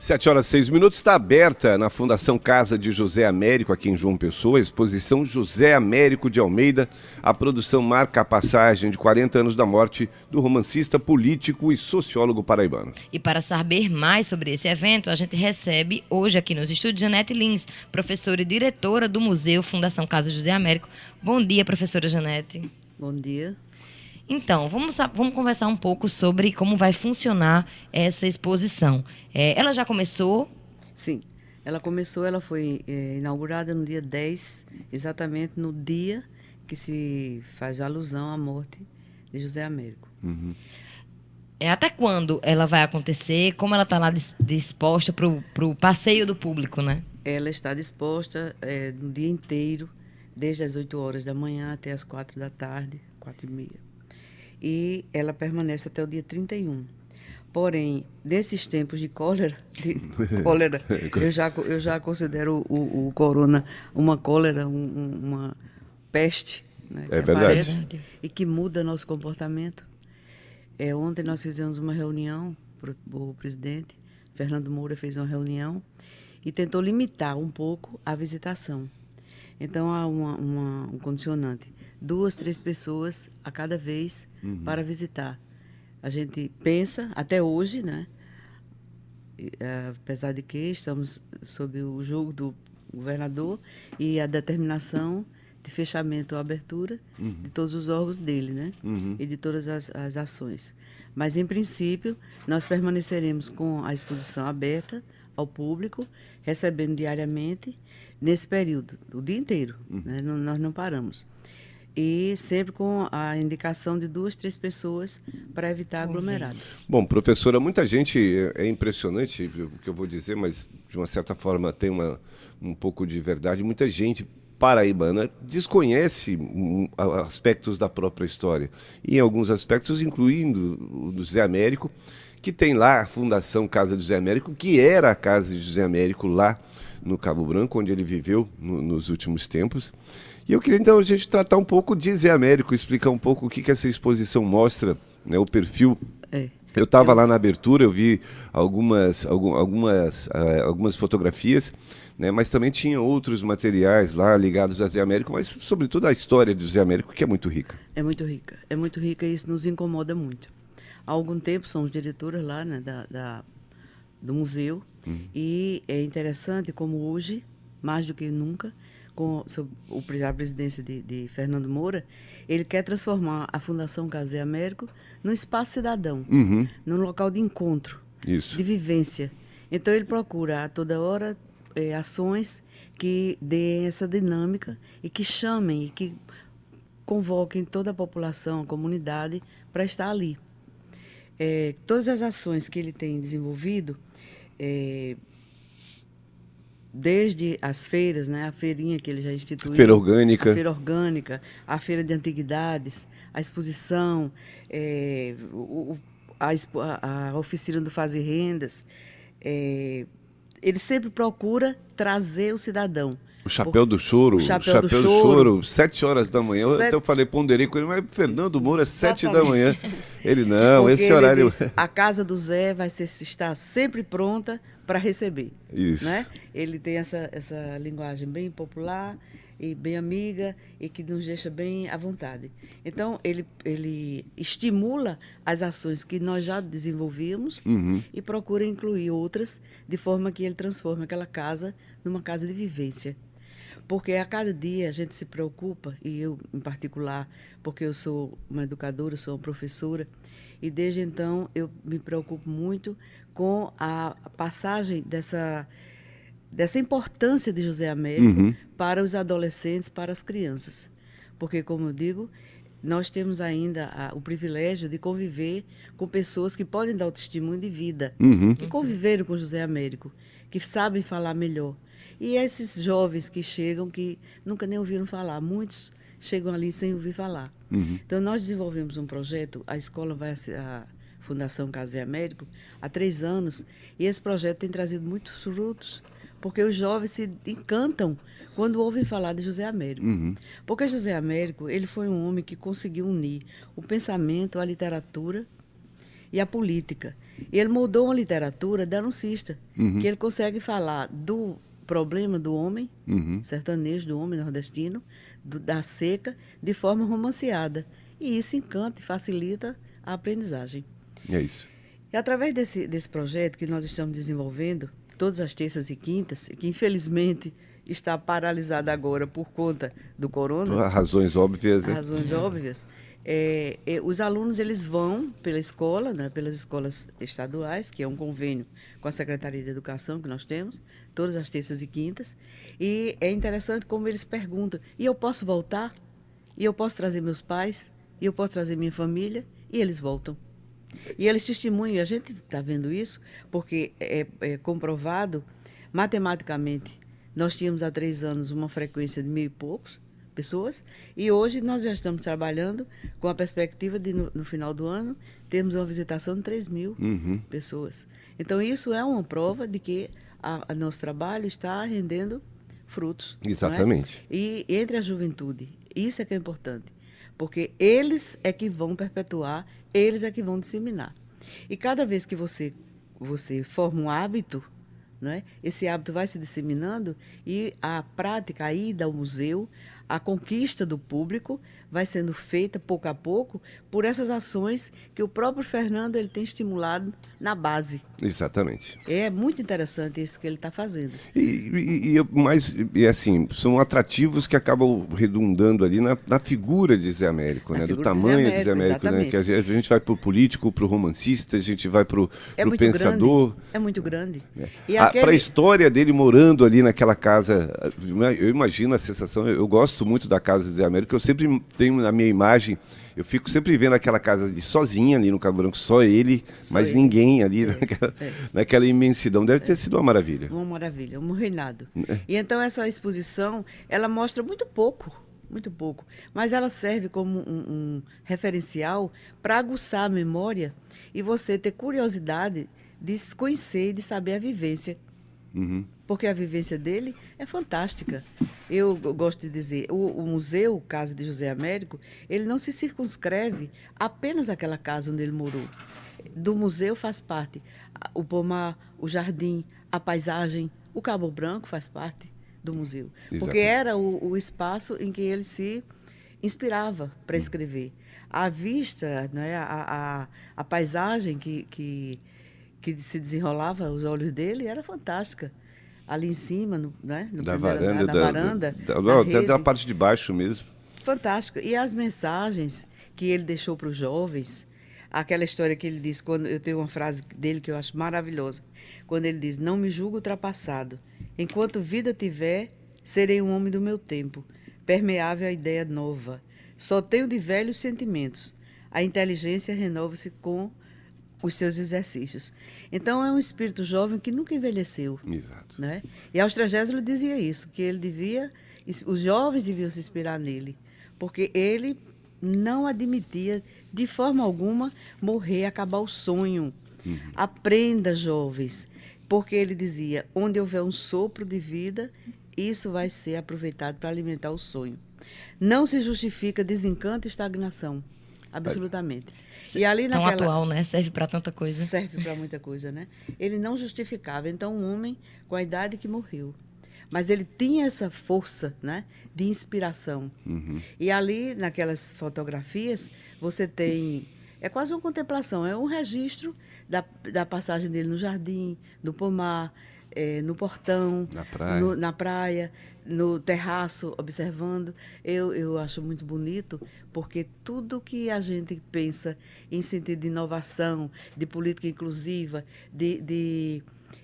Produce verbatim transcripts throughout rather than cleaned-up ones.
Sete horas, seis minutos, está aberta na Fundação Casa de José Américo, aqui em João Pessoa, a exposição José Américo de Almeida. A produção marca a passagem de quarenta anos da morte do romancista, político e sociólogo paraibano. E para saber mais sobre esse evento, a gente recebe hoje aqui nos estúdios Janete Lins, professora e diretora do Museu Fundação Casa de José Américo. Bom dia, professora Janete. Bom dia. Então, vamos, vamos conversar um pouco sobre como vai funcionar essa exposição. É, ela já começou? Sim, ela começou, ela foi é, inaugurada no dia dez, exatamente no dia que se faz alusão à morte de José Américo. Uhum. É, até quando ela vai acontecer? Como ela está lá disposta para o passeio do público, né? Ela está disposta é, no dia inteiro, desde as oito horas da manhã até as quatro da tarde, quatro e meia. E ela permanece até o dia trinta e um. Porém, nesses tempos de cólera, de cólera eu, já, eu já considero o, o corona uma cólera, um, uma peste, né, é que verdade. Aparece e que muda nosso comportamento. É, ontem nós fizemos uma reunião, o presidente Fernando Moura fez uma reunião e tentou limitar um pouco a visitação. Então, há uma, uma, um condicionante. Duas, três pessoas a cada vez uhum. para visitar. A gente pensa, até hoje, né? E, apesar de que estamos sob o julgo do governador e a determinação de fechamento ou abertura uhum. de todos os órgãos dele, né? Uhum. E de todas as, as ações. Mas, em princípio, nós permaneceremos com a exposição aberta ao público, recebendo diariamente, nesse período, o dia inteiro, uhum. né? Não, nós não paramos. E sempre com a indicação de duas, três pessoas para evitar aglomerados. Bom, professora, muita gente, é impressionante o que eu vou dizer, mas de uma certa forma tem uma, um pouco de verdade. Muita gente paraibana desconhece aspectos da própria história. E em alguns aspectos, incluindo o do José Américo, que tem lá a Fundação Casa de José Américo, que era a Casa de José Américo lá no Cabo Branco, onde ele viveu no, nos últimos tempos. E eu queria, então, a gente tratar um pouco de José Américo, explicar um pouco o que, que essa exposição mostra, né, o perfil. É. Eu estava eu... lá na abertura, eu vi algumas, algumas, uh, algumas fotografias, né, mas também tinha outros materiais lá ligados a José Américo, mas, sobretudo, a história de José Américo, que é muito rica. É muito rica, é muito rica e isso nos incomoda muito. Há algum tempo somos diretoras lá, né, da, da, do museu, uhum. e é interessante como hoje, mais do que nunca, com a presidência de, de Fernando Moura, ele quer transformar a Fundação Casa de Américo num espaço cidadão, uhum. num local de encontro, Isso. de vivência. Então, ele procura a toda hora é, ações que deem essa dinâmica e que chamem e que convoquem toda a população, a comunidade, para estar ali. É, todas as ações que ele tem desenvolvido, é, desde as feiras, né, a feirinha que ele já instituiu. Feira orgânica. A feira orgânica, a feira de antiguidades, a exposição, é, o, a, a, a oficina do Fazer Rendas. É, ele sempre procura trazer o cidadão. O Chapéu do Choro, o Chapéu, o Chapéu do, do Choro, Choro, sete horas da manhã. Sete... Até eu falei, ponderei com ele, mas Fernando Moura, sete da manhã. Ele, não, Porque esse horário... Disse, a casa do Zé vai ser, estar sempre pronta para receber. Isso. Né? Ele tem essa, essa linguagem bem popular e bem amiga e que nos deixa bem à vontade. Então, ele, ele estimula as ações que nós já desenvolvíamos uhum. e procura incluir outras, de forma que ele transforme aquela casa numa casa de vivência. Porque a cada dia a gente se preocupa, e eu em particular, porque eu sou uma educadora, sou uma professora, e desde então eu me preocupo muito com a passagem dessa, dessa importância de José Américo uhum. para os adolescentes, para as crianças. Porque, como eu digo, nós temos ainda a, o privilégio de conviver com pessoas que podem dar o testemunho de vida, uhum. que conviveram com José Américo, que sabem falar melhor. E esses jovens que chegam, que nunca nem ouviram falar, muitos chegam ali sem ouvir falar. Uhum. Então, nós desenvolvemos um projeto, a escola vai, a Fundação Casa de Américo, há três anos, e esse projeto tem trazido muitos frutos, porque os jovens se encantam quando ouvem falar de José Américo. Uhum. Porque José Américo, ele foi um homem que conseguiu unir o pensamento, a literatura e a política. E ele moldou uma literatura denuncista, Uhum. que ele consegue falar do problema do homem, Uhum. sertanejo, do homem nordestino, do- da seca, de forma romanceada. E isso encanta e facilita a aprendizagem. É isso. E através desse, desse projeto que nós estamos desenvolvendo, todas as terças e quintas, que infelizmente está paralisado agora por conta do corona, Por razões óbvias, né? razões óbvias, é, é, os alunos eles vão pela escola, né, pelas escolas estaduais, que é um convênio com a Secretaria de Educação que nós temos, todas as terças e quintas, e é interessante como eles perguntam, e eu posso voltar? E eu posso trazer meus pais? E eu posso trazer minha família? E eles voltam. E eles testemunham, e a gente está vendo isso, porque é, é comprovado matematicamente. Nós tínhamos há três anos uma frequência de mil e poucos pessoas, e hoje nós já estamos trabalhando com a perspectiva de, no, no final do ano, termos uma visitação de três mil Uhum. pessoas. Então, isso é uma prova de que a, a nosso trabalho está rendendo frutos. não é? Exatamente. E entre a juventude, isso é que é importante, porque eles é que vão perpetuar, eles é que vão disseminar. E cada vez que você, você forma um hábito, não é? Esse hábito vai se disseminando e a prática, a ida ao museu, a conquista do público vai sendo feita pouco a pouco por essas ações que o próprio Fernando ele tem estimulado na base. Exatamente. É muito interessante isso que ele está fazendo. E, e, e eu- mais, e assim, são atrativos que acabam redundando ali na, na figura de Zé Américo, Na né? Do figura de Zé tamanho de Américo, Zé Américo, né? exatamente. Que a gente, a gente vai pro político, pro romancista, a gente vai pro, É pro muito pensador. grande. É muito grande. E A, aquele- Para a história dele morando ali naquela casa, eu imagino a sensação, eu, eu gosto muito da casa de Zé Américo, eu sempre tenho na minha imagem, eu fico sempre vendo aquela casa de sozinha ali no Cabo Branco, só ele, Só mas ele. ninguém ali naquela, é. naquela imensidão. Deve ter sido uma maravilha. Uma maravilha, um reinado. É. E então essa exposição, ela mostra muito pouco, muito pouco, mas ela serve como um, um referencial para aguçar a memória e você ter curiosidade de se conhecer e de saber a vivência. Uhum. Porque a vivência dele é fantástica. Eu g- gosto de dizer, o, o museu, Casa de José Américo, ele não se circunscreve apenas àquela casa onde ele morou. Do museu faz parte a- o pomar, o jardim, a paisagem, o Cabo Branco faz parte do museu. Porque Exatamente. era o, o espaço em que ele se inspirava para escrever. A vista, né, a, a, a paisagem que, que, que se desenrolava aos olhos dele era fantástica. Ali em cima, no, né, no Da primeiro varanda, andar, na da, varanda, da, na não, até da rede. parte de baixo mesmo. Fantástico. E as mensagens que ele deixou para os jovens, aquela história que ele diz, quando eu tenho uma frase dele que eu acho maravilhosa, quando ele diz, não me julgo ultrapassado, enquanto vida tiver, serei um homem do meu tempo, permeável à ideia nova, só tenho de velhos sentimentos, a inteligência renova-se com os seus exercícios. Então é um espírito jovem que nunca envelheceu. Exato. Né? E Austragésilo dizia isso, que ele devia, os jovens deviam se inspirar nele, porque ele não admitia de forma alguma morrer, acabar o sonho. Uhum. Aprenda, jovens, porque ele dizia, onde houver um sopro de vida, isso vai ser aproveitado para alimentar o sonho. Não se justifica desencanto e estagnação, absolutamente. E ali Tão naquela... atual, né? Serve para tanta coisa. Serve para muita coisa, né? Ele não justificava. Então, um homem com a idade que morreu. Mas ele tinha essa força, né, de inspiração. Uhum. E ali, naquelas fotografias, você tem... É quase uma contemplação, é um registro da, da passagem dele no jardim, no pomar, é, no portão, Na praia. no, na praia, no terraço, observando. Eu, eu acho muito bonito, porque tudo que a gente pensa em sentido de inovação, de política inclusiva, de, de,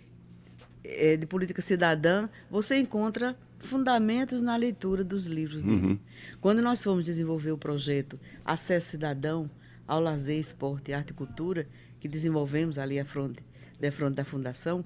é, de política cidadã, você encontra fundamentos na leitura dos livros dele. Uhum. Quando nós fomos desenvolver o projeto Acesso Cidadão ao Lazer, Esporte, Arte e Cultura, que desenvolvemos ali à fronte, da fronte da Fundação,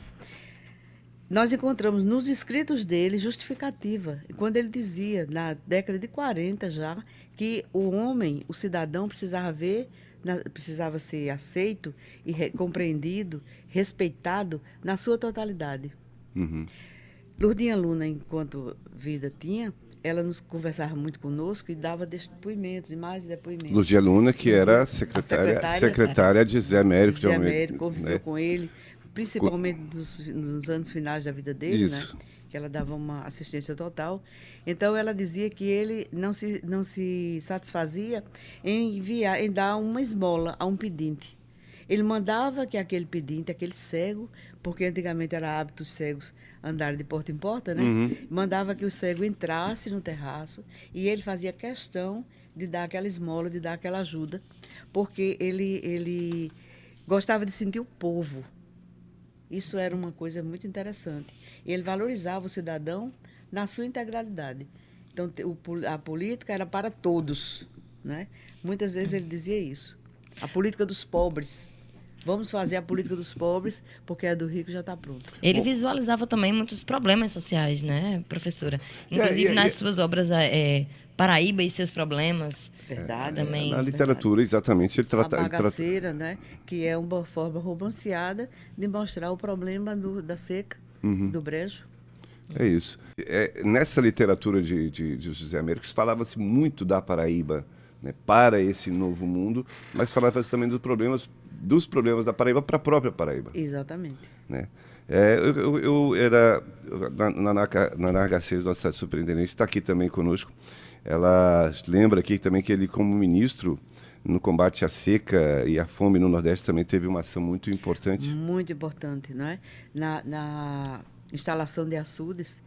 nós encontramos nos escritos dele justificativa. Quando ele dizia, na década de quarenta já, que o homem, o cidadão, precisava ver, na, precisava ser aceito e re, compreendido, respeitado na sua totalidade. Uhum. Lourdinha Luna, enquanto vida tinha, ela nos conversava muito conosco e dava depoimentos, e mais depoimentos. Lúcia Luna, que era secretária, secretária, secretária de José Américo de José Almeida. Américo, conviveu né? com ele, principalmente nos, nos anos finais da vida dele, Isso. né? Que ela dava uma assistência total. Então, ela dizia que ele não se, não se satisfazia em enviar, em dar uma esmola a um pedinte. Ele mandava que aquele pedinte, aquele cego, porque antigamente era hábito os cegos andarem de porta em porta, né? Uhum. Mandava que o cego entrasse no terraço e ele fazia questão de dar aquela esmola, de dar aquela ajuda, porque ele, ele gostava de sentir o povo. Isso era uma coisa muito interessante. Ele valorizava o cidadão na sua integralidade. Então, a política era para todos, né? Muitas vezes ele dizia isso. A política dos pobres. Vamos fazer a política dos pobres, porque a do rico já está pronta. Ele visualizava também muitos problemas sociais, né, professora? Inclusive, É, é, nas é, suas obras, é, Paraíba e seus problemas. Verdade. Também. Na literatura, exatamente. Ele trata, a ele trata... bagaceira, né? Que é uma forma romanceada de mostrar o problema do, da seca, uhum. do brejo. É isso. É, nessa literatura de, de, de José Américo, falava-se muito da Paraíba, né, para esse novo mundo, mas falava-se também dos problemas, dos problemas da Paraíba para a própria Paraíba. Exatamente. Né? É, eu, eu, eu era... Na Naná Garcês, nossa superintendente, está aqui também conosco. Ela lembra aqui também que ele, como ministro no combate à seca e à fome no Nordeste, também teve uma ação muito importante. Muito importante, não é? Na, na instalação de açudes,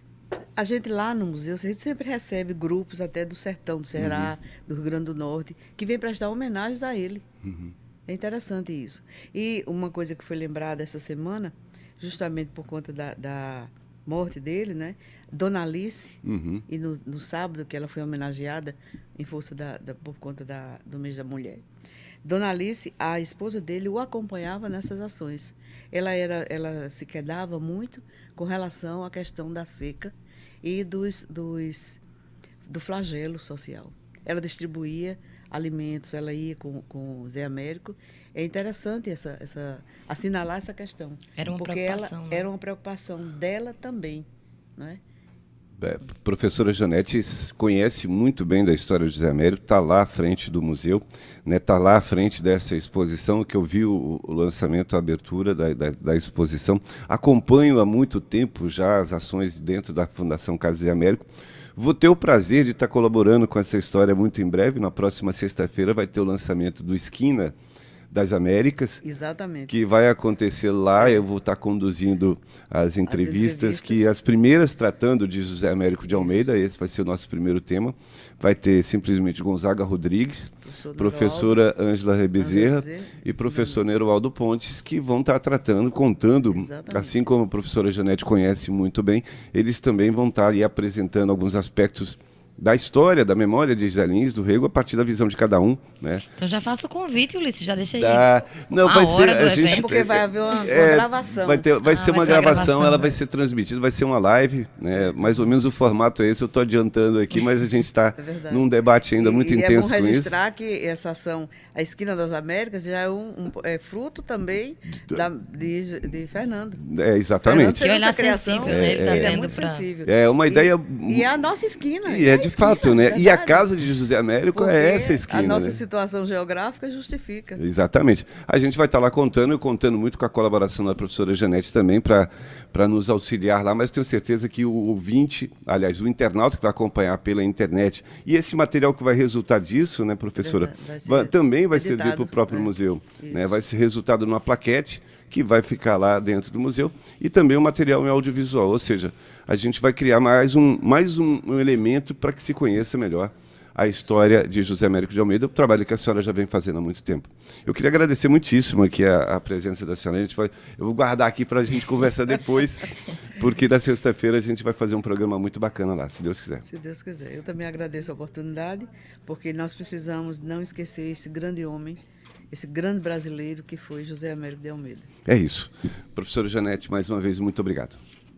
a gente lá no museu, a gente sempre recebe grupos até do sertão, do Ceará, uhum. do Rio Grande do Norte, que vêm prestar homenagens a ele. Uhum. É interessante isso. E uma coisa que foi lembrada essa semana, justamente por conta da, da morte dele, né? Dona Alice, uhum. e no, no sábado, que ela foi homenageada em força da, da, por conta da, do mês da mulher. Dona Alice, a esposa dele, o acompanhava nessas ações. Ela, era, ela se quedava muito com relação à questão da seca e dos, dos, do flagelo social. Ela distribuía alimentos, ela ia com, com o Zé Américo. É interessante essa, essa, assinalar essa questão. Era uma porque preocupação. Ela, né? Era uma preocupação dela também, não é? É, professora Janete conhece muito bem da história de José Américo, está lá à frente do museu, está, né, lá à frente dessa exposição, que eu vi o, o lançamento, a abertura da, da, da exposição. Acompanho há muito tempo já as ações dentro da Fundação Casa José Américo. Vou ter o prazer de estar colaborando com essa história muito em breve. Na próxima sexta-feira vai ter o lançamento do Esquina das Américas. Exatamente. Que vai acontecer lá. Eu vou estar conduzindo as entrevistas, as entrevistas. que as primeiras tratando de José Américo de Almeida. Isso. Esse vai ser o nosso primeiro tema. Vai ter simplesmente Gonzaga Rodrigues, professor professora Ângela Rebezerra e professor Neroaldo Pontes, que vão estar tratando, contando, Exatamente. Assim como a professora Janete conhece muito bem, eles também vão estar ali apresentando alguns aspectos da história, da memória de José Lins, do Rego, a partir da visão de cada um, né? Então já faço o convite, Ulisses, já deixa aí. Da... Não, vai ser, a gente... É porque vai haver uma, uma é, gravação. Vai, ter, vai ah, ser vai uma ser gravação, gravação, ela né? vai ser transmitida, vai ser uma live, né? Mais ou menos o formato é esse, eu estou adiantando aqui, mas a gente está é num debate ainda e, muito e intenso com isso. É bom registrar que essa ação, a Esquina das Américas, já é, um, um é fruto também da, de, de Fernando. É, exatamente. Fernando fez essa criação, né? É, Ele, tá ele é tendo muito pra... sensível. É uma ideia... E, e é a nossa esquina. E é, é de esquina, fato, né? Verdade. E a casa de José Américo Porque é essa esquina, a nossa né? situação geográfica justifica. Exatamente. A gente vai estar lá contando e contando muito com a colaboração da professora Janete também para para nos auxiliar lá, mas tenho certeza que o ouvinte, aliás, o internauta que vai acompanhar pela internet e esse material que vai resultar disso, né, professora, vai vai, também vai editado, servir para o próprio é. museu. Né? Vai ser resultado numa plaquete que vai ficar lá dentro do museu e também o material em audiovisual, ou seja, a gente vai criar mais um, mais um, um elemento para que se conheça melhor a história de José Américo de Almeida, o trabalho que a senhora já vem fazendo há muito tempo. Eu queria agradecer muitíssimo aqui a, a presença da senhora. A gente vai, eu vou guardar aqui para a gente conversar depois, porque na sexta-feira a gente vai fazer um programa muito bacana lá, se Deus quiser. Se Deus quiser. Eu também agradeço a oportunidade, porque nós precisamos não esquecer esse grande homem, esse grande brasileiro que foi José Américo de Almeida. É isso. Professora Janete, mais uma vez, muito obrigado.